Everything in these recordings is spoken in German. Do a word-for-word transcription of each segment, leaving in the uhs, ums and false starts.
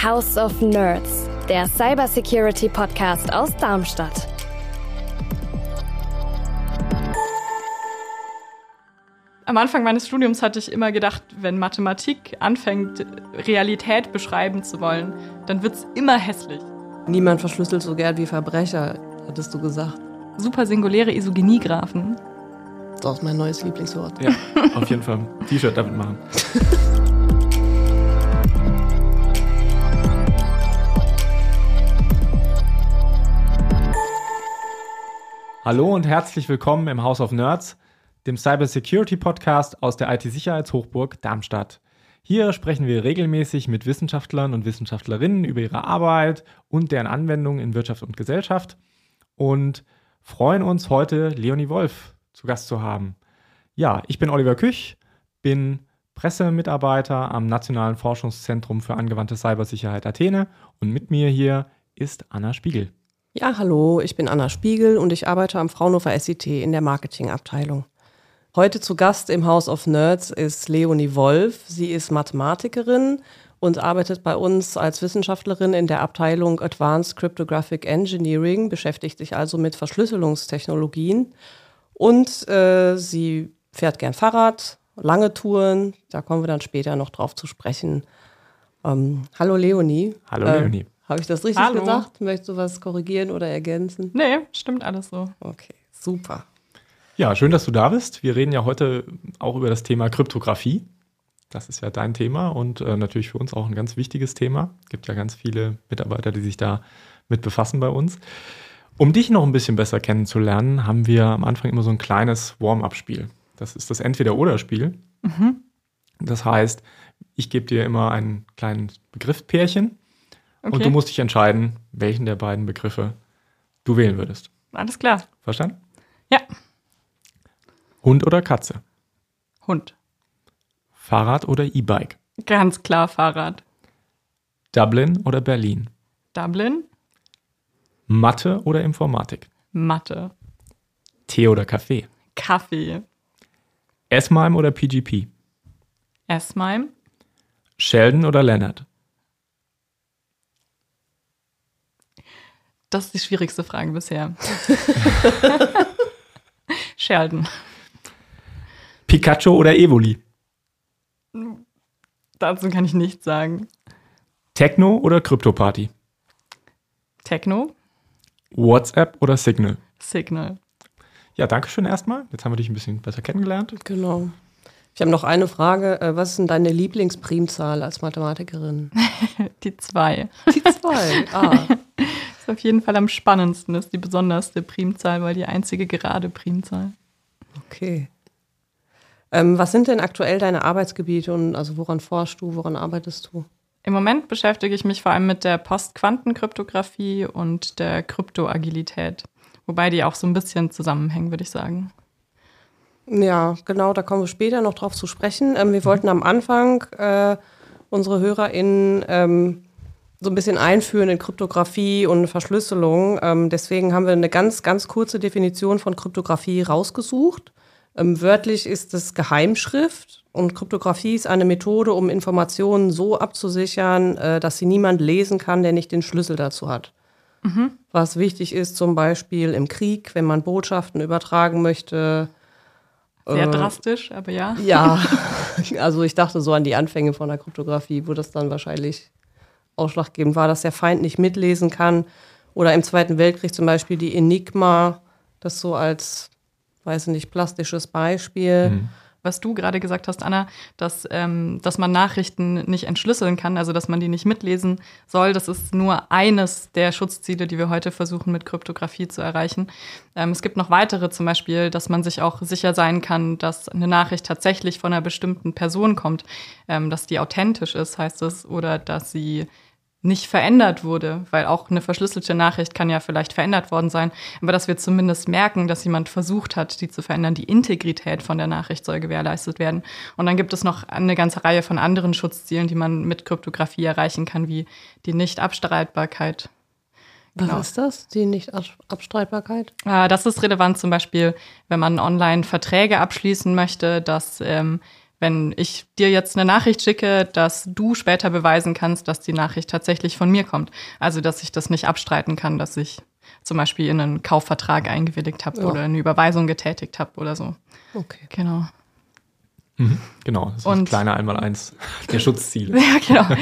House of Nerds, der Cybersecurity-Podcast aus Darmstadt. Am Anfang meines Studiums hatte ich immer gedacht, wenn Mathematik anfängt, Realität beschreiben zu wollen, dann wird's immer hässlich. Niemand verschlüsselt so gern wie Verbrecher, hattest du gesagt. Super singuläre Isogeniegraphen. Das ist mein neues Lieblingswort. Ja, auf jeden Fall ein T-Shirt damit machen. Hallo und herzlich willkommen im House of Nerds, dem Cybersecurity-Podcast aus der I T-Sicherheitshochburg Darmstadt. Hier sprechen wir regelmäßig mit Wissenschaftlern und Wissenschaftlerinnen über ihre Arbeit und deren Anwendung in Wirtschaft und Gesellschaft und freuen uns, heute Leonie Wolf zu Gast zu haben. Ja, ich bin Oliver Küch, bin Pressemitarbeiter am Nationalen Forschungszentrum für angewandte Cybersicherheit Athene und mit mir hier ist Anna Spiegel. Ja, hallo, ich bin Anna Spiegel und ich arbeite am Fraunhofer S I T in der Marketingabteilung. Heute zu Gast im House of Nerds ist Leonie Wolf. Sie ist Mathematikerin und arbeitet bei uns als Wissenschaftlerin in der Abteilung Advanced Cryptographic Engineering, beschäftigt sich also mit Verschlüsselungstechnologien und äh, sie fährt gern Fahrrad, lange Touren, da kommen wir dann später noch drauf zu sprechen. Ähm, hallo Leonie. Hallo äh, Leonie. Habe ich das richtig Hallo. gesagt? Möchtest du was korrigieren oder ergänzen? Nee, stimmt alles so. Okay, super. Ja, schön, dass du da bist. Wir reden ja heute auch über das Thema Kryptographie. Das ist ja dein Thema und äh, natürlich für uns auch ein ganz wichtiges Thema. Es gibt ja ganz viele Mitarbeiter, die sich da mit befassen bei uns. Um dich noch ein bisschen besser kennenzulernen, haben wir am Anfang immer so ein kleines Warm-up-Spiel. Das ist das Entweder-Oder-Spiel. Mhm. Das heißt, ich gebe dir immer ein kleines Begriffspärchen. Okay. Und du musst dich entscheiden, welchen der beiden Begriffe du wählen würdest. Alles klar. Verstanden? Ja. Hund oder Katze? Hund. Fahrrad oder E-Bike? Ganz klar Fahrrad. Dublin oder Berlin? Dublin. Mathe oder Informatik? Mathe. Tee oder Kaffee? Kaffee. S-MIME oder P G P? S-MIME. Sheldon oder Leonard? Das ist die schwierigste Frage bisher. Sheldon. Pikachu oder Evoli? Dazu kann ich nichts sagen. Techno oder Krypto-Party? Techno. WhatsApp oder Signal? Signal. Ja, danke schön erstmal. Jetzt haben wir dich ein bisschen besser kennengelernt. Genau. Ich habe noch eine Frage. Was ist denn deine Lieblingsprimzahl als Mathematikerin? Die zwei. Die zwei. Ah. Ist auf jeden Fall am spannendsten. Ist die besonderste Primzahl, weil die einzige gerade Primzahl. Okay. Ähm, was sind denn aktuell deine Arbeitsgebiete und also woran forschst du, woran arbeitest du? Im Moment beschäftige ich mich vor allem mit der Postquantenkryptographie und der Kryptoagilität. Wobei die auch so ein bisschen zusammenhängen, würde ich sagen. Ja, genau, da kommen wir später noch drauf zu sprechen. Ähm, wir wollten am Anfang äh, unsere HörerInnen ähm, so ein bisschen einführen in Kryptographie und Verschlüsselung. Ähm, deswegen haben wir eine ganz, ganz kurze Definition von Kryptographie rausgesucht. Ähm, wörtlich ist es Geheimschrift und Kryptographie ist eine Methode, um Informationen so abzusichern, äh, dass sie niemand lesen kann, der nicht den Schlüssel dazu hat. Mhm. Was wichtig ist zum Beispiel im Krieg, wenn man Botschaften übertragen möchte. Sehr äh, drastisch, aber ja. Ja, also ich dachte so an die Anfänge von der Kryptographie, wo das dann wahrscheinlich ausschlaggebend war, dass der Feind nicht mitlesen kann. Oder im Zweiten Weltkrieg zum Beispiel die Enigma, das so als, weiß nicht, plastisches Beispiel. Mhm. Was du gerade gesagt hast, Anna, dass, ähm, dass man Nachrichten nicht entschlüsseln kann, also dass man die nicht mitlesen soll, das ist nur eines der Schutzziele, die wir heute versuchen mit Kryptographie zu erreichen. Ähm, es gibt noch weitere, zum Beispiel, dass man sich auch sicher sein kann, dass eine Nachricht tatsächlich von einer bestimmten Person kommt, ähm, dass die authentisch ist, heißt es, oder dass sie nicht verändert wurde, weil auch eine verschlüsselte Nachricht kann ja vielleicht verändert worden sein, aber dass wir zumindest merken, dass jemand versucht hat, die zu verändern. Die Integrität von der Nachricht soll gewährleistet werden. Und dann gibt es noch eine ganze Reihe von anderen Schutzzielen, die man mit Kryptographie erreichen kann, wie die Nichtabstreitbarkeit. Was Genau. ist das, die Nichtabstreitbarkeit? Das ist relevant zum Beispiel, wenn man online Verträge abschließen möchte, dass ähm, wenn ich dir jetzt eine Nachricht schicke, dass du später beweisen kannst, dass die Nachricht tatsächlich von mir kommt. Also, dass ich das nicht abstreiten kann, dass ich zum Beispiel in einen Kaufvertrag eingewilligt habe ja. oder eine Überweisung getätigt habe oder so. Okay. Genau. Mhm, genau, das ist Und, das kleine Einmaleins der Schutzziele. Ja, genau.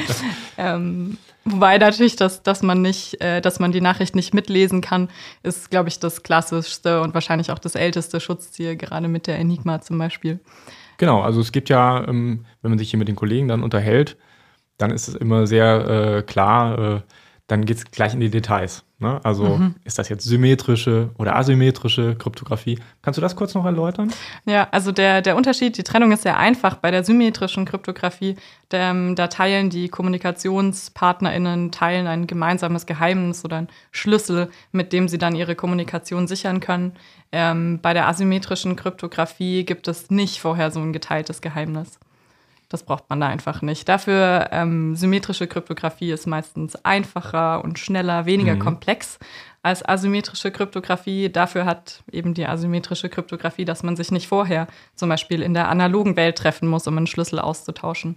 ähm, wobei natürlich, dass, dass man nicht, äh, dass man die Nachricht nicht mitlesen kann, ist, glaube ich, das klassischste und wahrscheinlich auch das älteste Schutzziel, gerade mit der Enigma zum Beispiel. Genau, also es gibt ja, ähm, wenn man sich hier mit den Kollegen dann unterhält, dann ist es immer sehr äh, klar, äh, dann geht es gleich in die Details. Ne? Also mhm. ist das jetzt symmetrische oder asymmetrische Kryptographie? Kannst du das kurz noch erläutern? Ja, also der, der Unterschied, die Trennung ist sehr einfach. Bei der symmetrischen Kryptographie, der, da teilen die KommunikationspartnerInnen teilen ein gemeinsames Geheimnis oder einen Schlüssel, mit dem sie dann ihre Kommunikation sichern können. Ähm, bei der asymmetrischen Kryptographie gibt es nicht vorher so ein geteiltes Geheimnis. Das braucht man da einfach nicht. Dafür ähm, symmetrische Kryptographie ist meistens einfacher und schneller, weniger mhm. komplex als asymmetrische Kryptographie. Dafür hat eben die asymmetrische Kryptographie, dass man sich nicht vorher zum Beispiel in der analogen Welt treffen muss, um einen Schlüssel auszutauschen.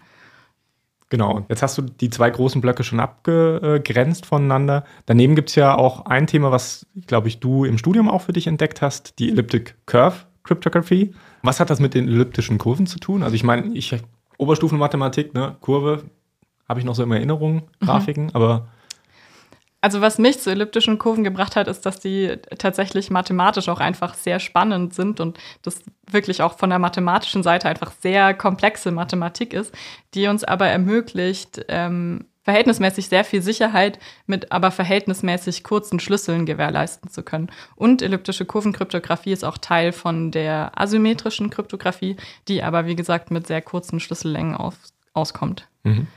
Genau, jetzt hast du die zwei großen Blöcke schon abgegrenzt voneinander. Daneben gibt es ja auch ein Thema, was, glaube ich, du im Studium auch für dich entdeckt hast, die Elliptic Curve Cryptography. Was hat das mit den elliptischen Kurven zu tun? Also ich meine, ich Oberstufenmathematik, ne, Kurve, habe ich noch so in Erinnerung, Grafiken, mhm. aber... Also was mich zu elliptischen Kurven gebracht hat, ist, dass die tatsächlich mathematisch auch einfach sehr spannend sind und das wirklich auch von der mathematischen Seite einfach sehr komplexe Mathematik ist, die uns aber ermöglicht, ähm, verhältnismäßig sehr viel Sicherheit mit aber verhältnismäßig kurzen Schlüsseln gewährleisten zu können. Und elliptische Kurvenkryptographie ist auch Teil von der asymmetrischen Kryptographie, die aber, wie gesagt, mit sehr kurzen Schlüssellängen aus, auskommt. Mhm.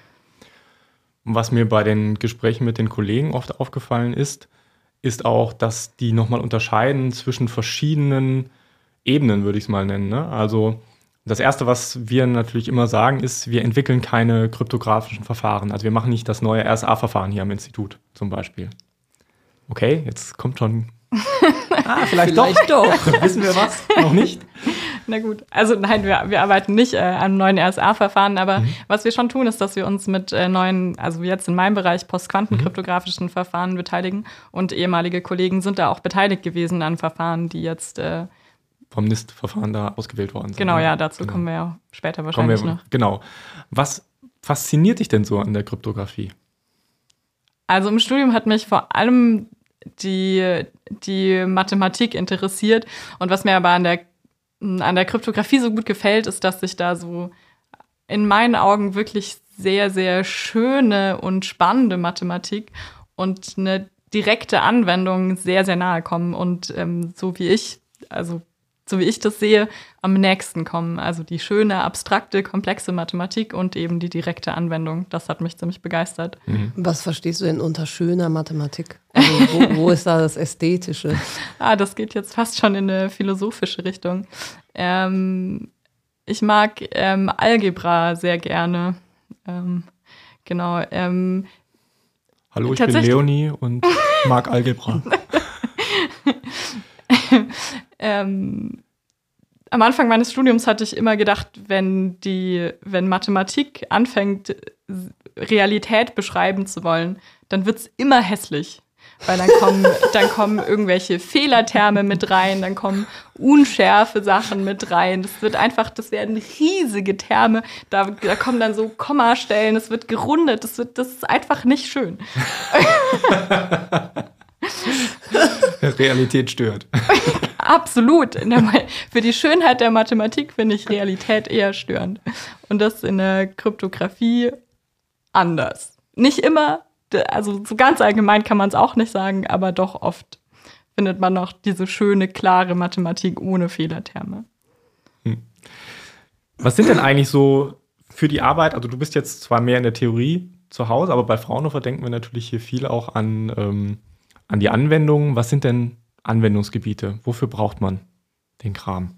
Was mir bei den Gesprächen mit den Kollegen oft aufgefallen ist, ist auch, dass die nochmal unterscheiden zwischen verschiedenen Ebenen, würde ich es mal nennen. Ne? Also das Erste, was wir natürlich immer sagen, ist, wir entwickeln keine kryptografischen Verfahren. Also wir machen nicht das neue R S A-Verfahren hier am Institut zum Beispiel. Okay, jetzt kommt schon... ah, vielleicht, vielleicht doch. doch. Wissen wir was? Noch nicht? Na gut, also nein, wir, wir arbeiten nicht äh, an neuen R S A-Verfahren, aber mhm. was wir schon tun, ist, dass wir uns mit äh, neuen, also jetzt in meinem Bereich postquantenkryptografischen mhm. Verfahren beteiligen und ehemalige Kollegen sind da auch beteiligt gewesen an Verfahren, die jetzt äh, vom N I S T-Verfahren da ausgewählt worden sind. Genau, ne? ja, dazu genau. kommen wir ja später wahrscheinlich wir, noch. Genau. Was fasziniert dich denn so an der Kryptographie? Also im Studium hat mich vor allem die, die Mathematik interessiert und was mir aber an der an der Kryptographie so gut gefällt, ist, dass sich da so in meinen Augen wirklich sehr, sehr schöne und spannende Mathematik und eine direkte Anwendung sehr, sehr nahe kommen und ähm, so wie ich, also so wie ich das sehe, am nächsten kommen. Also die schöne, abstrakte, komplexe Mathematik und eben die direkte Anwendung. Das hat mich ziemlich begeistert. Mhm. Was verstehst du denn unter schöner Mathematik? Also wo, wo ist da das Ästhetische? ah, das geht jetzt fast schon in eine philosophische Richtung. Ähm, ich mag ähm, Algebra sehr gerne. Ähm, genau. Ähm, Hallo, ich bin Leonie und mag Algebra. ähm, am Anfang meines Studiums hatte ich immer gedacht, wenn die, wenn Mathematik anfängt, Realität beschreiben zu wollen, dann wird es immer hässlich. Weil dann kommen, dann kommen irgendwelche Fehlerterme mit rein, dann kommen unschärfe Sachen mit rein. Das wird einfach, das werden riesige Terme, da, da kommen dann so Kommastellen, es wird gerundet, das wird, das ist einfach nicht schön. Realität stört. Absolut. In der, für die Schönheit der Mathematik finde ich Realität eher störend. Und das in der Kryptographie anders. Nicht immer, also so ganz allgemein kann man es auch nicht sagen, aber doch oft findet man noch diese schöne, klare Mathematik ohne Fehlerterme. Hm. Was sind denn eigentlich so für die Arbeit, also du bist jetzt zwar mehr in der Theorie zu Hause, aber bei Fraunhofer denken wir natürlich hier viel auch an, ähm, an die Anwendungen. Was sind denn Anwendungsgebiete? Wofür braucht man den Kram?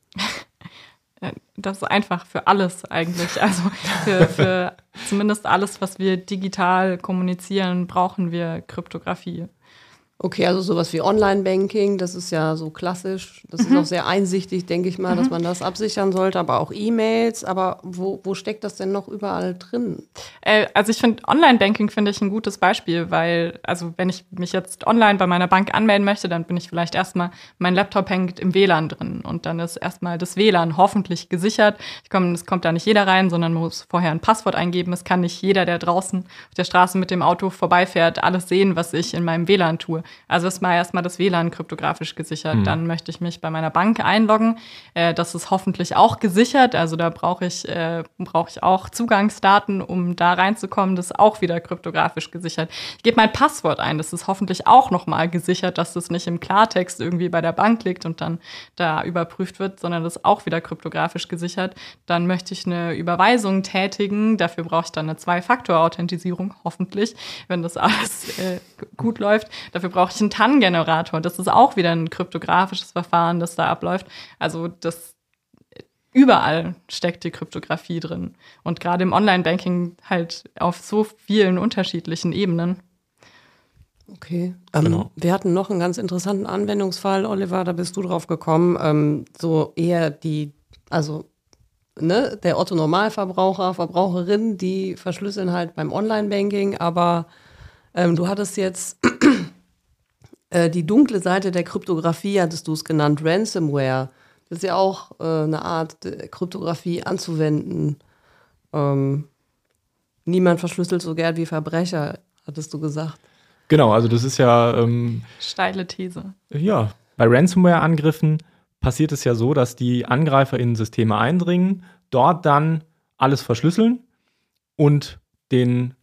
Das ist einfach für alles eigentlich. Also für, für zumindest alles, was wir digital kommunizieren, brauchen wir Kryptographie. Okay, also sowas wie Online-Banking, das ist ja so klassisch. Das Mhm. ist auch sehr einsichtig, denke ich mal, Mhm. dass man das absichern sollte, aber auch E-Mails. Aber wo, wo steckt das denn noch überall drin? Äh, also ich finde, Online-Banking finde ich ein gutes Beispiel, weil, also wenn ich mich jetzt online bei meiner Bank anmelden möchte, dann bin ich vielleicht erstmal, mein Laptop hängt im W L A N drin und dann ist erstmal das W L A N hoffentlich gesichert. Ich komm, es kommt da nicht jeder rein, sondern man muss vorher ein Passwort eingeben. Es kann nicht jeder, der draußen auf der Straße mit dem Auto vorbeifährt, alles sehen, was ich in meinem W L A N tue. Also ist mal erstmal das W L A N kryptografisch gesichert. Mhm. Dann möchte ich mich bei meiner Bank einloggen. Äh, das ist hoffentlich auch gesichert. Also da brauche ich, äh, brauche ich auch Zugangsdaten, um da reinzukommen. Das ist auch wieder kryptografisch gesichert. Ich gebe mein Passwort ein. Das ist hoffentlich auch nochmal gesichert, dass das nicht im Klartext irgendwie bei der Bank liegt und dann da überprüft wird, sondern das ist auch wieder kryptografisch gesichert. Dann möchte ich eine Überweisung tätigen. Dafür brauche ich dann eine Zwei-Faktor-Authentisierung, hoffentlich, wenn das alles äh, gut läuft. Dafür brauche ich einen T A N-Generator. Das ist auch wieder ein kryptografisches Verfahren, das da abläuft. Also das überall steckt die Kryptographie drin. Und gerade im Online-Banking halt auf so vielen unterschiedlichen Ebenen. Okay. Ähm, Genau. Wir hatten noch einen ganz interessanten Anwendungsfall, Oliver, da bist du drauf gekommen. Ähm, so eher die, also ne, der Otto-Normalverbraucher, Verbraucherin, die verschlüsseln halt beim Online-Banking, aber ähm, du hattest jetzt äh, die dunkle Seite der Kryptographie, hattest du es genannt, Ransomware. Das ist ja auch äh, eine Art, äh, Kryptographie anzuwenden. Ähm, niemand verschlüsselt so gern wie Verbrecher, hattest du gesagt. Genau, also das ist ja, ähm, Steile These. ja, bei Ransomware-Angriffen passiert es ja so, dass die Angreifer in Systeme eindringen, dort dann alles verschlüsseln und den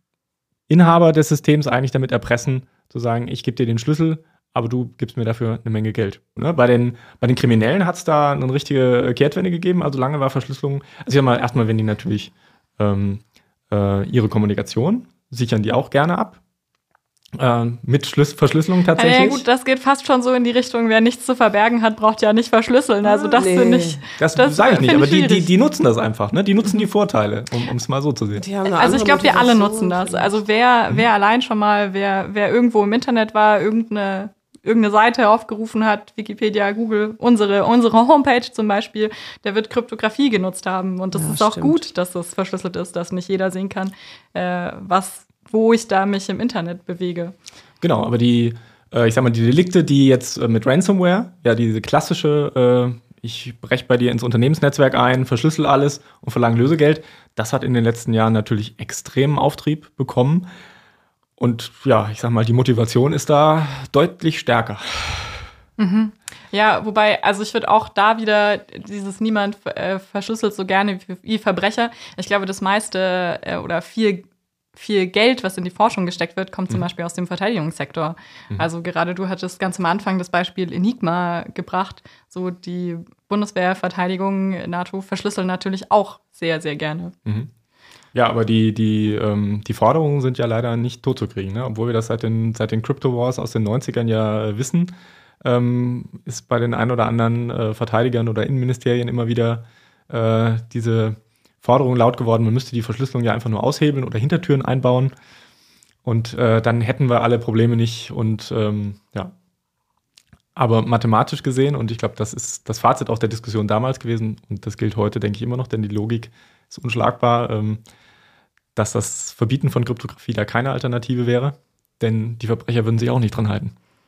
Inhaber des Systems eigentlich damit erpressen, zu sagen, ich gebe dir den Schlüssel, aber du gibst mir dafür eine Menge Geld. Ne? Bei den, bei den Kriminellen hat es da eine richtige Kehrtwende gegeben, also lange war Verschlüsselung, also ich sag mal, erstmal, wenn die natürlich ähm, äh, ihre Kommunikation sichern die auch gerne ab. Äh, mit Schlüs- Verschlüsselung tatsächlich. Ja, ja gut, das geht fast schon so in die Richtung, wer nichts zu verbergen hat, braucht ja nicht verschlüsseln. Also das Nee. finde ich. Das, das sage ich nicht, find aber die, die, schwierig. die nutzen das einfach. Ne? Die nutzen die Vorteile, um es mal so zu sehen. Die haben eine Also ich andere glaube, wir alle Motivation nutzen das. vielleicht. Also wer, wer allein schon mal, wer, wer irgendwo im Internet war, irgendeine, irgendeine Seite aufgerufen hat, Wikipedia, Google, unsere, unsere Homepage zum Beispiel, der wird Kryptographie genutzt haben. Und das Ja, ist auch stimmt. gut, dass das verschlüsselt ist, dass nicht jeder sehen kann, äh, was, wo ich da mich im Internet bewege. Genau, aber die, äh, ich sag mal, die Delikte, die jetzt äh, mit Ransomware, ja, diese klassische, äh, ich breche bei dir ins Unternehmensnetzwerk ein, verschlüssel alles und verlange Lösegeld, das hat in den letzten Jahren natürlich extremen Auftrieb bekommen. Und ja, ich sag mal, die Motivation ist da deutlich stärker. Mhm. Ja, wobei, also ich würde auch da wieder dieses niemand äh, verschlüsselt so gerne wie, wie Verbrecher. Ich glaube, das meiste äh, oder viel viel Geld, was in die Forschung gesteckt wird, kommt zum Mhm. Beispiel aus dem Verteidigungssektor. Mhm. Also gerade du hattest ganz am Anfang das Beispiel Enigma gebracht. So die Bundeswehr, Verteidigung, NATO verschlüsseln natürlich auch sehr, sehr gerne. Mhm. Ja, aber die, die, ähm, die Forderungen sind ja leider nicht totzukriegen, ne? Obwohl wir das seit den, seit den Crypto Wars aus den neunzigern ja äh, wissen, ähm, ist bei den ein oder anderen äh, Verteidigern oder Innenministerien immer wieder äh, diese Forderung laut geworden, man müsste die Verschlüsselung ja einfach nur aushebeln oder Hintertüren einbauen und äh, dann hätten wir alle Probleme nicht und ähm, ja. Aber mathematisch gesehen, und ich glaube, das ist das Fazit auch der Diskussion damals gewesen und das gilt heute, denke ich, immer noch, denn die Logik ist unschlagbar, ähm, dass das Verbieten von Kryptographie da keine Alternative wäre, denn die Verbrecher würden sich auch nicht dran halten.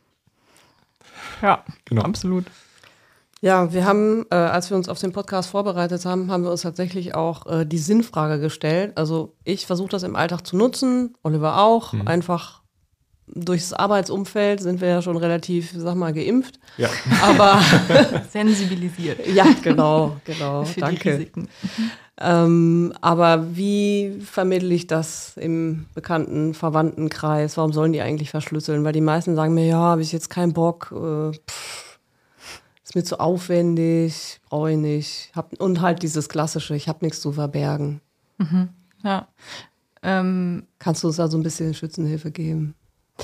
Ja, Genau. absolut. Ja, wir haben, äh, als wir uns auf den Podcast vorbereitet haben, haben wir uns tatsächlich auch äh, die Sinnfrage gestellt. Also ich versuche das im Alltag zu nutzen, Oliver auch. Mhm. Einfach durchs Arbeitsumfeld sind wir ja schon relativ, sag mal, geimpft. Ja. Aber Sensibilisiert ja, genau, genau, für die danke. Risiken. Ähm, aber wie vermittle ich das im bekannten Verwandtenkreis? Warum sollen die eigentlich verschlüsseln? Weil die meisten sagen mir, ja, habe ich jetzt keinen Bock, äh, pff, ist mir zu aufwendig, brauche ich nicht. Hab, und halt dieses Klassische, ich habe nichts zu verbergen. Mhm. Ja. Ähm, Kannst du uns da so ein bisschen Schützenhilfe geben?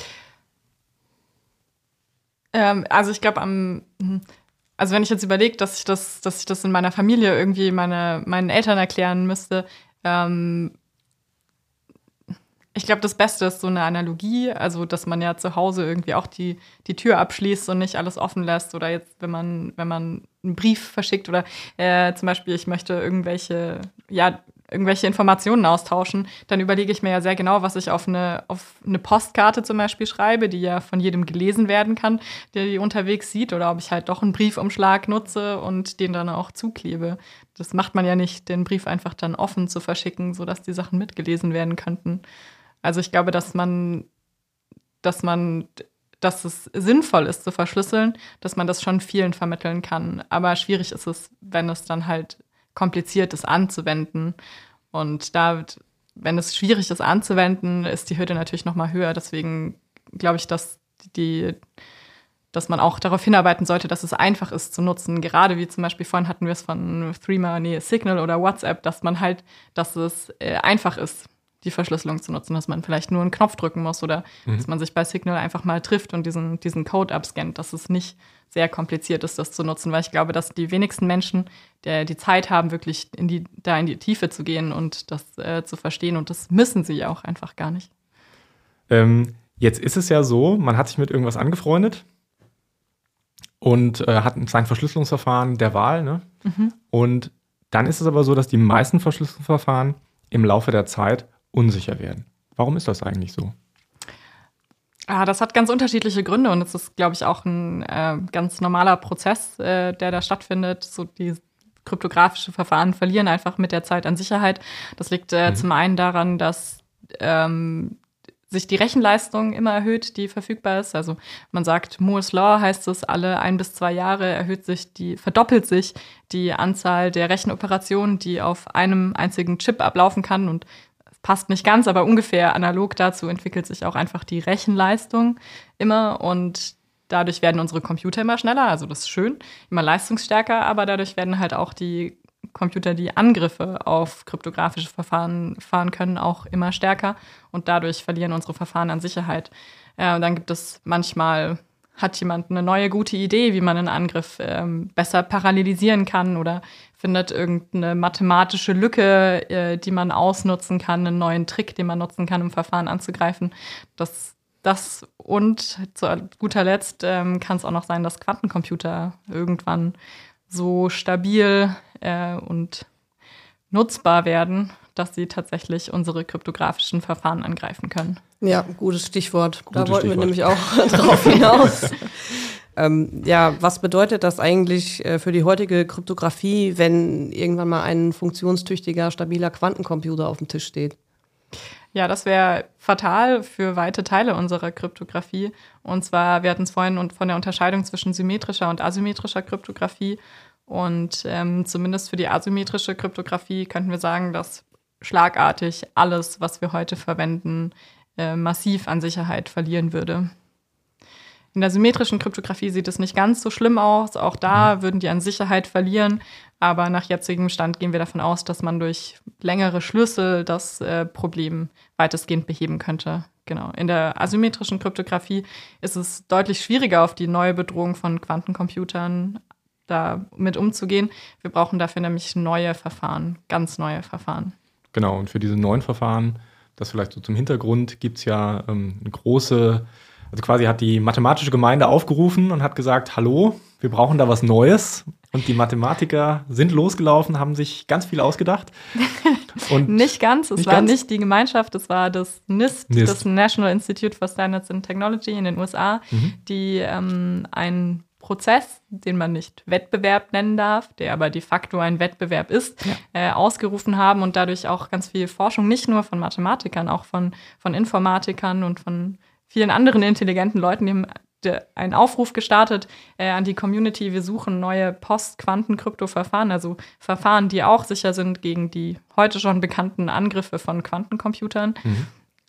ähm, also ich glaube, am Also wenn ich jetzt überlege, dass ich das, dass ich das in meiner Familie irgendwie meine, meinen Eltern erklären müsste, ähm, Ich glaube, das Beste ist so eine Analogie, also dass man ja zu Hause irgendwie auch die, die Tür abschließt und nicht alles offen lässt. Oder jetzt, wenn man, wenn man einen Brief verschickt oder äh, zum Beispiel, ich möchte irgendwelche, ja, irgendwelche Informationen austauschen, dann überlege ich mir ja sehr genau, was ich auf eine, auf eine Postkarte zum Beispiel schreibe, die ja von jedem gelesen werden kann, der die unterwegs sieht, oder ob ich halt doch einen Briefumschlag nutze und den dann auch zuklebe. Das macht man ja nicht, den Brief einfach dann offen zu verschicken, sodass die Sachen mitgelesen werden könnten. Also ich glaube, dass man, dass man, dass es sinnvoll ist zu verschlüsseln, dass man das schon vielen vermitteln kann. Aber schwierig ist es, wenn es dann halt kompliziert ist anzuwenden. Und da, wenn es schwierig ist anzuwenden, ist die Hürde natürlich noch mal höher. Deswegen glaube ich, dass die, dass man auch darauf hinarbeiten sollte, dass es einfach ist zu nutzen. Gerade wie zum Beispiel vorhin hatten wir es von Threema, nee, Signal oder WhatsApp, dass man halt, dass es äh, einfach ist, die Verschlüsselung zu nutzen, dass man vielleicht nur einen Knopf drücken muss oder mhm. dass man sich bei Signal einfach mal trifft und diesen, diesen Code abscannt, dass es nicht sehr kompliziert ist, das zu nutzen, weil ich glaube, dass die wenigsten Menschen der die Zeit haben, wirklich in die, da in die Tiefe zu gehen und das äh, zu verstehen, und das müssen sie ja auch einfach gar nicht. Ähm, jetzt ist es ja so, man hat sich mit irgendwas angefreundet und äh, hat sein Verschlüsselungsverfahren der Wahl, ne? Mhm. Und dann ist es aber so, dass die meisten Verschlüsselungsverfahren im Laufe der Zeit unsicher werden. Warum ist das eigentlich so? Ah, das hat ganz unterschiedliche Gründe, und es ist, glaube ich, auch ein äh, ganz normaler Prozess, äh, der da stattfindet. So die kryptografische Verfahren verlieren einfach mit der Zeit an Sicherheit. Das liegt äh, mhm. zum einen daran, dass ähm, sich die Rechenleistung immer erhöht, die verfügbar ist. Also man sagt, Moore's Law heißt es, alle ein bis zwei Jahre erhöht sich die, verdoppelt sich die Anzahl der Rechenoperationen, die auf einem einzigen Chip ablaufen kann, und passt nicht ganz, aber ungefähr analog dazu entwickelt sich auch einfach die Rechenleistung immer, und dadurch werden unsere Computer immer schneller, also das ist schön, immer leistungsstärker, aber dadurch werden halt auch die Computer, die Angriffe auf kryptografische Verfahren fahren können, auch immer stärker, und dadurch verlieren unsere Verfahren an Sicherheit. Ja, und dann gibt es manchmal, hat jemand eine neue gute Idee, wie man einen Angriff ähm, besser parallelisieren kann, oder findet irgendeine mathematische Lücke, äh, die man ausnutzen kann, einen neuen Trick, den man nutzen kann, um Verfahren anzugreifen. Das, das und zu guter Letzt ähm, kann es auch noch sein, dass Quantencomputer irgendwann so stabil äh, und nutzbar werden, dass sie tatsächlich unsere kryptografischen Verfahren angreifen können. Ja, gutes Stichwort. Gutes da wollten Stichwort. wir nämlich auch drauf hinaus. ähm, ja, was bedeutet das eigentlich äh, für die heutige Kryptographie, wenn irgendwann mal ein funktionstüchtiger, stabiler Quantencomputer auf dem Tisch steht? Ja, das wäre fatal für weite Teile unserer Kryptographie. Und zwar, wir hatten es vorhin von der Unterscheidung zwischen symmetrischer und asymmetrischer Kryptographie. Und ähm, zumindest für die asymmetrische Kryptographie könnten wir sagen, dass schlagartig alles, was wir heute verwenden, äh, massiv an Sicherheit verlieren würde. In der symmetrischen Kryptographie sieht es nicht ganz so schlimm aus. Auch da würden die an Sicherheit verlieren. Aber nach jetzigem Stand gehen wir davon aus, dass man durch längere Schlüssel das äh, Problem weitestgehend beheben könnte. Genau. In der asymmetrischen Kryptographie ist es deutlich schwieriger, auf die neue Bedrohung von Quantencomputern da mit umzugehen. Wir brauchen dafür nämlich neue Verfahren, ganz neue Verfahren. Genau, und für diese neuen Verfahren, das vielleicht so zum Hintergrund, gibt es ja ähm, eine große, also quasi hat die mathematische Gemeinde aufgerufen und hat gesagt, hallo, wir brauchen da was Neues. Und die Mathematiker sind losgelaufen, haben sich ganz viel ausgedacht. Und nicht ganz, es nicht war ganz? nicht die Gemeinschaft, es war das NIST, NIST. das National Institute for Standards and Technology in den U S A, Mhm. die ähm, ein Prozess, den man nicht Wettbewerb nennen darf, der aber de facto ein Wettbewerb ist, Ja. äh, ausgerufen haben und dadurch auch ganz viel Forschung, nicht nur von Mathematikern, auch von, von Informatikern und von vielen anderen intelligenten Leuten, die haben de, einen Aufruf gestartet äh, an die Community, wir suchen neue Post-Quanten-Krypto-Verfahren, also Verfahren, die auch sicher sind gegen die heute schon bekannten Angriffe von Quantencomputern. Mhm.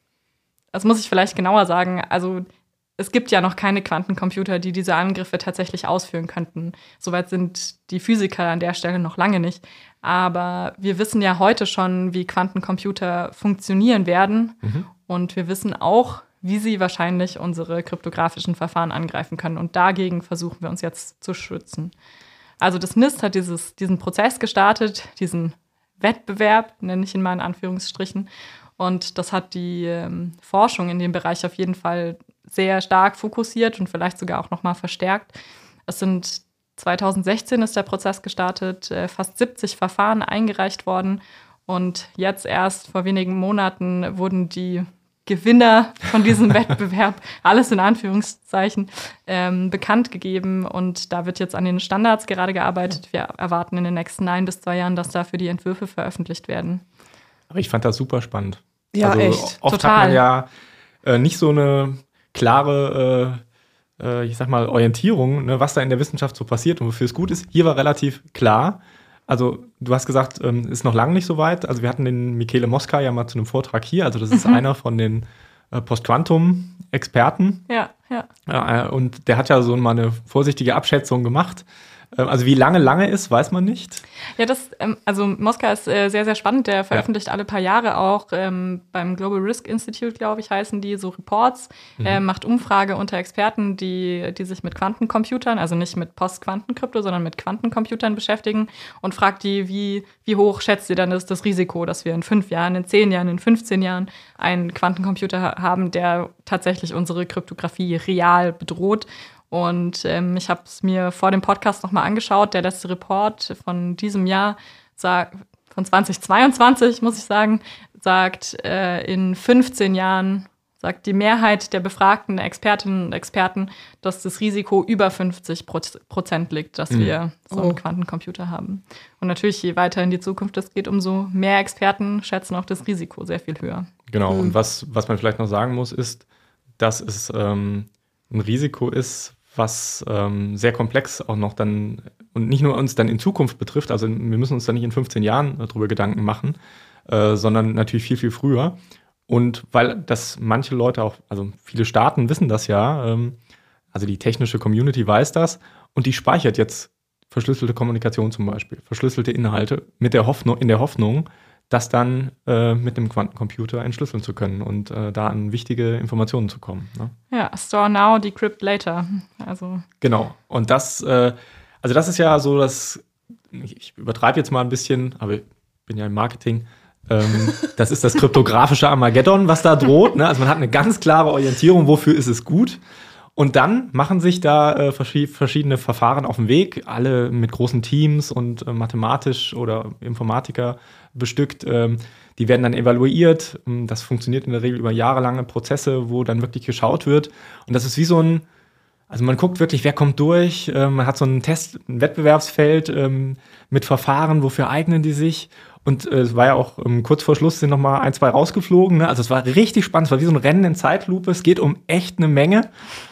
Das muss ich vielleicht genauer sagen, also es gibt ja noch keine Quantencomputer, die diese Angriffe tatsächlich ausführen könnten. Soweit sind die Physiker an der Stelle noch lange nicht. Aber wir wissen ja heute schon, wie Quantencomputer funktionieren werden. Mhm. Und wir wissen auch, wie sie wahrscheinlich unsere kryptografischen Verfahren angreifen können. Und dagegen versuchen wir uns jetzt zu schützen. Also das NIST hat dieses, diesen Prozess gestartet, diesen Wettbewerb, nenne ich ihn mal in Anführungsstrichen. Und das hat die ähm, Forschung in dem Bereich auf jeden Fall sehr stark fokussiert und vielleicht sogar auch noch mal verstärkt. Es sind zwanzig sechzehn ist der Prozess gestartet, äh, fast siebzig Verfahren eingereicht worden. Und jetzt erst vor wenigen Monaten wurden die Gewinner von diesem Wettbewerb, alles in Anführungszeichen, ähm, bekannt gegeben. Und da wird jetzt an den Standards gerade gearbeitet. Wir erwarten in den nächsten ein bis zwei Jahren, dass dafür die Entwürfe veröffentlicht werden. Aber ich fand das super spannend. Ja, also echt. Oft Total. hat man ja äh, nicht so eine klare, äh, äh, ich sag mal, Orientierung, ne, was da in der Wissenschaft so passiert und wofür es gut ist. Hier war relativ klar. Also du hast gesagt, ähm, ist noch lange nicht so weit. Also wir hatten den Michele Mosca ja mal zu einem Vortrag hier. Also das ist Mhm. einer von den äh, Post-Quantum-Experten. Ja, ja. Äh, und der hat ja so mal eine vorsichtige Abschätzung gemacht. Äh, also wie lange lange ist, weiß man nicht. Ja, das, ähm, also Mosca ist äh, sehr, sehr spannend. Der veröffentlicht ja alle paar Jahre auch ähm, beim Global Risk Institute, glaube ich, heißen die, so Reports, mhm. äh, macht Umfrage unter Experten, die, die sich mit Quantencomputern, also nicht mit Post-Quantenkrypto, sondern mit Quantencomputern beschäftigen und fragt die, wie, wie hoch schätzt ihr dann das, das Risiko, dass wir in fünf Jahren, in zehn Jahren, in fünfzehn Jahren einen Quantencomputer ha- haben, der tatsächlich unsere Kryptographie real bedroht. Und ähm, ich habe es mir vor dem Podcast nochmal angeschaut. Der letzte Report von diesem Jahr, sagt, von zwanzig zweiundzwanzig, muss ich sagen, sagt, äh, in fünfzehn Jahren, sagt die Mehrheit der befragten Expertinnen und Experten, dass das Risiko über fünfzig Prozent liegt, dass mhm. wir so einen oh. Quantencomputer haben. Und natürlich, je weiter in die Zukunft es geht, umso mehr Experten schätzen auch das Risiko sehr viel höher. Genau, mhm. und was, was man vielleicht noch sagen muss, ist, dass es ähm, ein Risiko ist, was ähm, sehr komplex auch noch dann und nicht nur uns dann in Zukunft betrifft, also wir müssen uns dann nicht in fünfzehn Jahren darüber Gedanken machen, äh, sondern natürlich viel, viel früher. Und weil das manche Leute auch, also viele Staaten wissen das ja, ähm, also die technische Community weiß das und die speichert jetzt verschlüsselte Kommunikation zum Beispiel, verschlüsselte Inhalte mit der Hoffnung, in der Hoffnung, das dann äh, mit einem Quantencomputer entschlüsseln zu können und äh, da an wichtige Informationen zu kommen. Ne? Ja, store now, decrypt later. Also genau. Und das, äh, also das ist ja so, dass ich übertreibe jetzt mal ein bisschen, aber ich bin ja im Marketing. Ähm, das ist das kryptografische Armageddon, was da droht. Ne? Also man hat eine ganz klare Orientierung, wofür ist es gut. Und dann machen sich da äh, verschiedene Verfahren auf den Weg, alle mit großen Teams und äh, mathematisch oder Informatiker bestückt. Ähm, die werden dann evaluiert. Das funktioniert in der Regel über jahrelange Prozesse, wo dann wirklich geschaut wird. Und das ist wie so ein, also man guckt wirklich, wer kommt durch. Ähm, man hat so ein Test, ein Wettbewerbsfeld ähm, mit Verfahren, wofür eignen die sich. Und äh, es war ja auch ähm, kurz vor Schluss sind noch mal ein, zwei rausgeflogen. Ne? Also es war richtig spannend. Es war wie so ein Rennen in Zeitlupe. Es geht um echt eine Menge.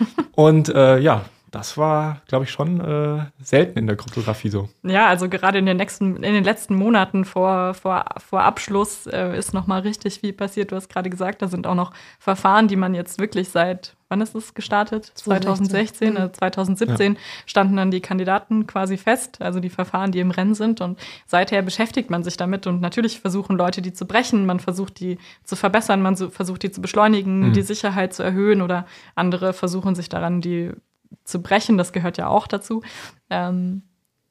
Und äh, ja, das war, glaube ich, schon äh, selten in der Kryptographie so. Ja, also gerade in den nächsten, in den letzten Monaten vor, vor, vor Abschluss äh, ist noch mal richtig viel passiert. Du hast gerade gesagt, da sind auch noch Verfahren, die man jetzt wirklich seit, wann ist es gestartet? zwanzig sechzehn, äh, zwanzig siebzehn ja. standen dann die Kandidaten quasi fest, also die Verfahren, die im Rennen sind. Und seither beschäftigt man sich damit. Und natürlich versuchen Leute, die zu brechen. Man versucht, die zu verbessern. Man so, versucht, die zu beschleunigen, mhm. die Sicherheit zu erhöhen. Oder andere versuchen sich daran, die zu brechen, das gehört ja auch dazu. Ähm,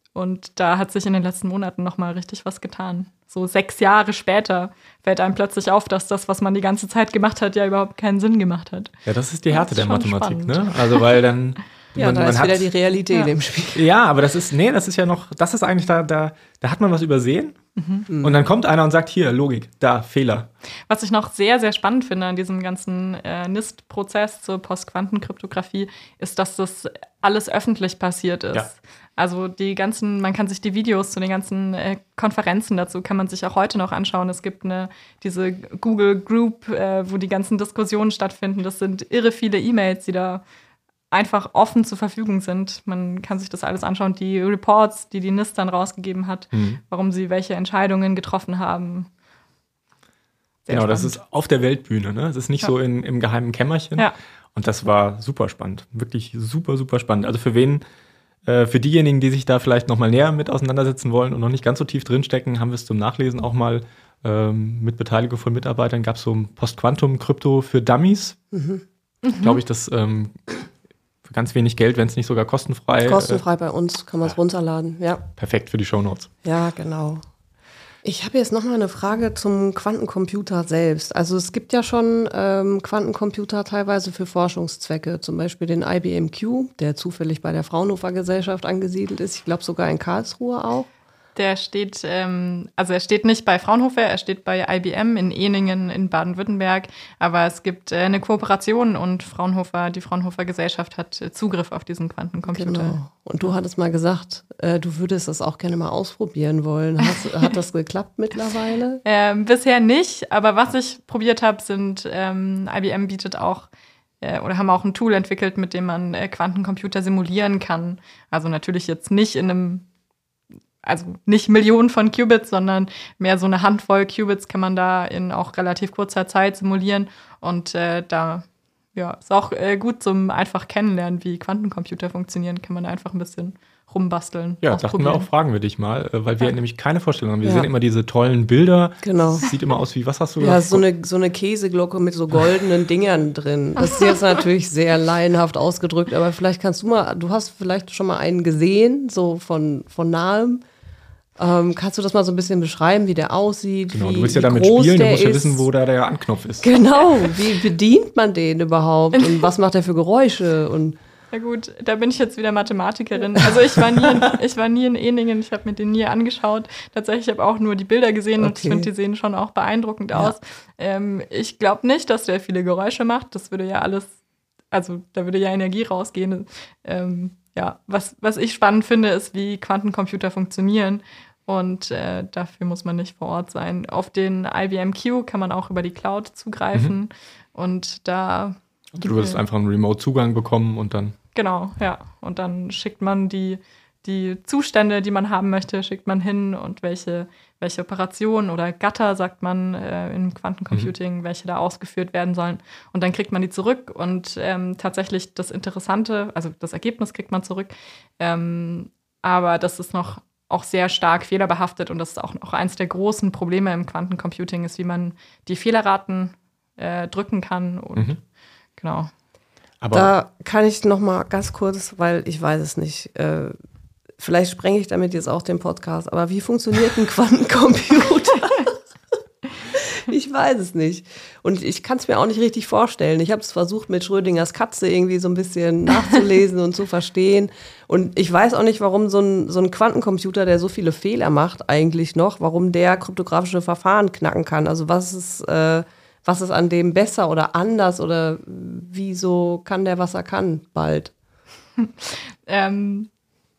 und da hat sich in den letzten Monaten noch mal richtig was getan. So sechs Jahre später fällt einem plötzlich auf, dass das, was man die ganze Zeit gemacht hat, ja überhaupt keinen Sinn gemacht hat. Ja, das ist die Härte das ist der Mathematik, spannend. ne? Also weil dann ja, man, da man ist hat, wieder die Realität ja. im Spiel. Ja, aber das ist, nee, das ist ja noch, das ist eigentlich da, da, da hat man was übersehen. Mhm. Und dann kommt einer und sagt, hier, Logik, da, Fehler. Was ich noch sehr, sehr spannend finde an diesem ganzen äh, N I S T-Prozess zur Postquantenkryptographie, ist, dass das alles öffentlich passiert ist. Ja. Also die ganzen, man kann sich die Videos zu den ganzen äh, Konferenzen dazu, kann man sich auch heute noch anschauen. Es gibt eine, diese Google Group, äh, wo die ganzen Diskussionen stattfinden. Das sind irre viele E-Mails, die da einfach offen zur Verfügung sind. Man kann sich das alles anschauen. Die Reports, die die N I S T dann rausgegeben hat, mhm. warum sie welche Entscheidungen getroffen haben. Sehr genau, spannend. Das ist auf der Weltbühne. Ne? Es ist nicht ja. so in, im geheimen Kämmerchen. Ja. Und das war super spannend. Wirklich super, super spannend. Also für wen, äh, für diejenigen, die sich da vielleicht noch mal näher mit auseinandersetzen wollen und noch nicht ganz so tief drinstecken, haben wir es zum Nachlesen auch mal ähm, mit Beteiligung von Mitarbeitern. Gab es so ein Post-Quantum-Krypto für Dummies. Mhm. Mhm. Glaube ich, das ähm, für ganz wenig Geld, wenn es nicht sogar kostenfrei. Kostenfrei äh, bei uns, kann man es ja. runterladen. Ja. Perfekt für die Shownotes. Ja, genau. Ich habe jetzt nochmal eine Frage zum Quantencomputer selbst. Also es gibt ja schon ähm, Quantencomputer teilweise für Forschungszwecke, zum Beispiel den I B M Q, der zufällig bei der Fraunhofer Gesellschaft angesiedelt ist. Ich glaube sogar in Karlsruhe auch. Der steht, ähm, also er steht nicht bei Fraunhofer, er steht bei I B M in Ehningen in Baden-Württemberg. Aber es gibt äh, eine Kooperation und Fraunhofer, die Fraunhofer Gesellschaft hat äh, Zugriff auf diesen Quantencomputer. Genau. Und du hattest mal gesagt, äh, du würdest das auch gerne mal ausprobieren wollen. Hast, hat das geklappt mittlerweile? Ähm, bisher nicht, aber was ich probiert habe, sind, ähm, I B M bietet auch äh, oder haben auch ein Tool entwickelt, mit dem man äh, Quantencomputer simulieren kann. Also natürlich jetzt nicht in einem Also nicht Millionen von Qubits, sondern mehr so eine Handvoll Qubits kann man da in auch relativ kurzer Zeit simulieren. Und äh, da ja, ist auch äh, gut zum einfach kennenlernen, wie Quantencomputer funktionieren. Kann man da einfach ein bisschen rumbasteln. Ja, dachten wir auch, fragen wir dich mal, weil wir ja. nämlich keine Vorstellung haben. Wir ja. sehen immer diese tollen Bilder. Genau. Das sieht immer aus wie, was hast du Ja, gesagt? so eine, so eine Käseglocke mit so goldenen Dingern drin. Das ist jetzt natürlich sehr laienhaft ausgedrückt, aber vielleicht kannst du mal, du hast vielleicht schon mal einen gesehen, so von, von nahem. Ähm, kannst du das mal so ein bisschen beschreiben, wie der aussieht? Genau, wie, du willst ja wie damit groß spielen, du der musst ja ist. wissen, wo da der Anknopf ist. Genau, wie bedient man den überhaupt und was macht er für Geräusche? Und Ja gut, da bin ich jetzt wieder Mathematikerin. Also ich war nie in, ich war nie in Ehningen, ich habe mir den nie angeschaut. Tatsächlich habe ich auch nur die Bilder gesehen und Okay. ich finde, die sehen schon auch beeindruckend Ja. aus. Ähm, ich glaube nicht, dass der viele Geräusche macht. Das würde ja alles, also da würde ja Energie rausgehen. Ähm, ja, was, was ich spannend finde, ist, wie Quantencomputer funktionieren. Und äh, dafür muss man nicht vor Ort sein. Auf den I B M Q kann man auch über die Cloud zugreifen. Mhm. Und da Also du würdest einfach einen Remote-Zugang bekommen und dann. Genau, ja. Und dann schickt man die, die Zustände, die man haben möchte, schickt man hin und welche, welche Operationen oder Gatter, sagt man äh, im Quantencomputing, mhm. welche da ausgeführt werden sollen. Und dann kriegt man die zurück und ähm, tatsächlich das Interessante, also das Ergebnis kriegt man zurück, ähm, aber das ist noch auch sehr stark fehlerbehaftet und das ist auch noch eins der großen Probleme im Quantencomputing, ist, wie man die Fehlerraten äh, drücken kann und Mhm. genau. Aber da kann ich noch mal ganz kurz, weil ich weiß es nicht, äh, vielleicht sprenge ich damit jetzt auch den Podcast, aber wie funktioniert ein Quantencomputer? Ich weiß es nicht. Und ich kann es mir auch nicht richtig vorstellen. Ich habe es versucht, mit Schrödingers Katze irgendwie so ein bisschen nachzulesen und zu verstehen. Und ich weiß auch nicht, warum so ein, so ein Quantencomputer, der so viele Fehler macht, eigentlich noch, warum der kryptografische Verfahren knacken kann. Also was ist, äh, was ist an dem besser oder anders oder wieso kann der, was er kann, bald? ähm